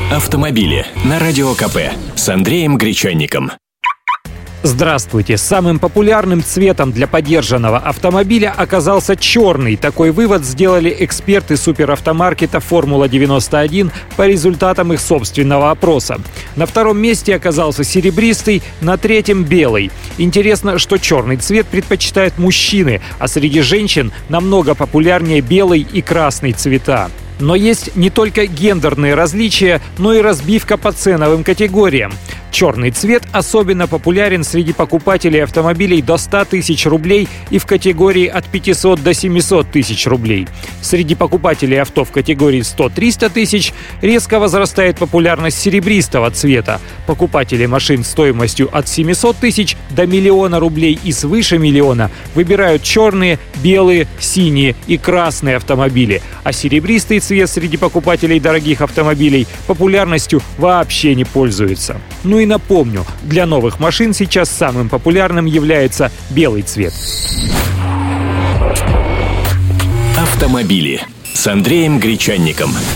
Автомобили на Радио КП с Андреем Гречанником. Здравствуйте! Самым популярным цветом для подержанного автомобиля оказался черный. Такой вывод сделали эксперты суперавтомаркета «Формула-91» по результатам их собственного опроса. На втором месте оказался серебристый, на третьем — белый. Интересно, что черный цвет предпочитают мужчины, а среди женщин намного популярнее белый и красный цвета. Но есть не только гендерные различия, но и разбивка по ценовым категориям. Черный цвет особенно популярен среди покупателей автомобилей до 100 тысяч рублей и в категории от 500 до 700 тысяч рублей. Среди покупателей авто в категории 100-300 тысяч резко возрастает популярность серебристого цвета. Покупатели машин стоимостью от 700 тысяч до миллиона рублей и свыше миллиона выбирают черные, белые, синие и красные автомобили. А серебристый цвет среди покупателей дорогих автомобилей популярностью вообще не пользуется. Ну и напомню, для новых машин сейчас самым популярным является белый цвет. Автомобили с Андреем Гречанником.